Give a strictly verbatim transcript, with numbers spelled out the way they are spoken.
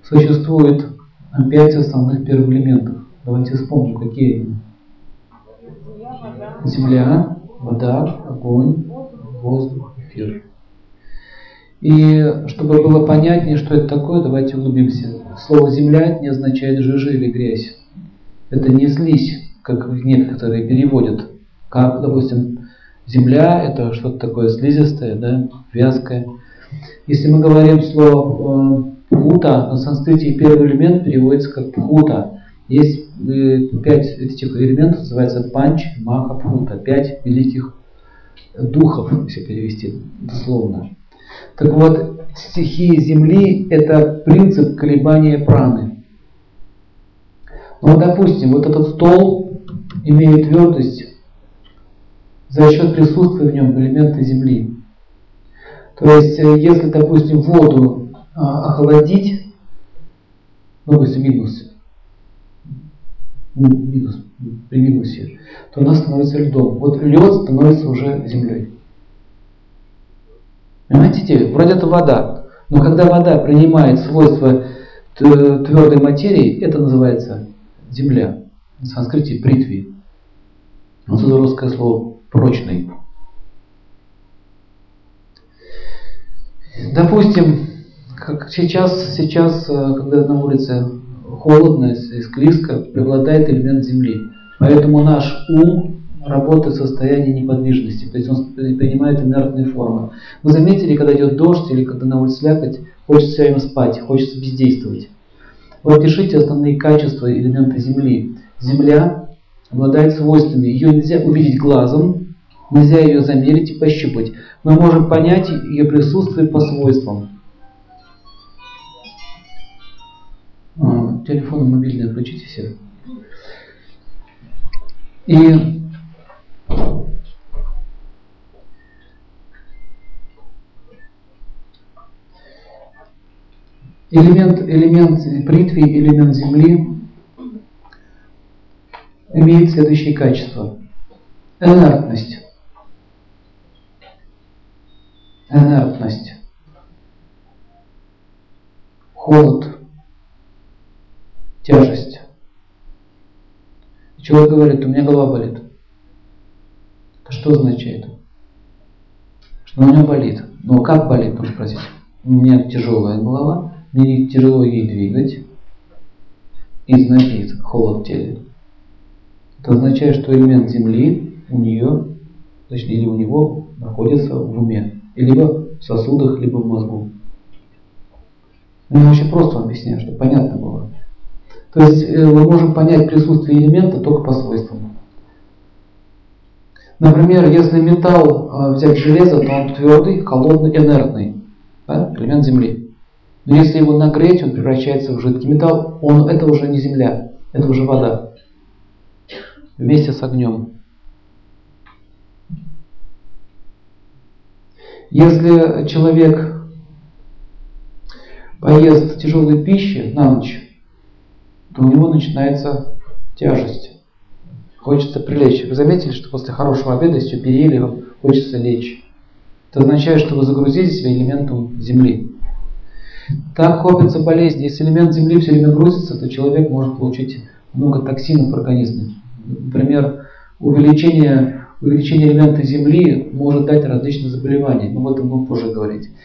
существует пять основных первых элементов. Давайте вспомним, какие они. Земля, вода, огонь, воздух, эфир. И чтобы было понятнее, что это такое, давайте углубимся. Слово «земля» не означает «жижа» или «грязь». Это не слизь, как некоторые переводят. Как, допустим, земля – это что-то такое слизистое, да, вязкое. Если мы говорим слово «пхута», на санскрите первый элемент переводится как «пхута». Есть пять этих элементов, называется панч, маха, пхута. Пять великих духов, если перевести дословно. Так вот, стихия Земли – это принцип колебания праны. Ну, допустим, вот этот стол имеет твердость за счет присутствия в нем элемента Земли. То есть, если, допустим, воду охладить, ну, допустим, минус, минус, при минусе, то она становится льдом. Вот лед становится уже землей. Понимаете, вроде это вода, но когда вода принимает свойства твердой материи, это называется земля. На санскрите притви. Отсюда русское слово прочный. Допустим, как сейчас, сейчас, когда на улице холодно и склизко, преобладает элемент земли. Поэтому наш ум работает в состоянии неподвижности, то есть он принимает инертные формы. Вы заметили, когда идет дождь или когда на улице слякоть, хочется все время спать, хочется бездействовать. Вот пишите основные качества элемента Земли. Земля обладает свойствами, ее нельзя увидеть глазом, нельзя ее замерить и пощупать. Мы можем понять ее присутствие по свойствам. А, телефон мобильный включите все. И элемент, элемент притви, элемент Земли имеет следующие качества. Инертность. Инертность. Холод. Тяжесть. Человек говорит, у меня голова болит. Это что означает? Что у него болит. Но как болит, нужно спросить. У меня тяжелая голова, мне тяжело ей двигать. И знобит, холод в теле. Это означает, что элемент Земли у нее, точнее, или у него находится в уме. Либо в сосудах, либо в мозгу. Я очень просто вам объясняю, чтобы понятно было. То есть мы можем понять присутствие элемента только по свойствам. Например, если металл взять железо, то он твердый, холодный, инертный. Да? Элемент Земли. Но если его нагреть, он превращается в жидкий металл. Он, это уже не земля, это уже вода. Вместе с огнем. Если человек поест тяжелой пищи на ночь, то у него начинается тяжесть. Хочется прилечь. Вы заметили, что после хорошего обеда, если все переели, вам хочется лечь. Это означает, что вы загрузили себя элементом Земли. Так копятся болезни. Если элемент Земли все время грузится, то человек может получить много токсинов в организме. Например, увеличение, увеличение элемента Земли может дать различные заболевания. Но об этом будем позже говорить.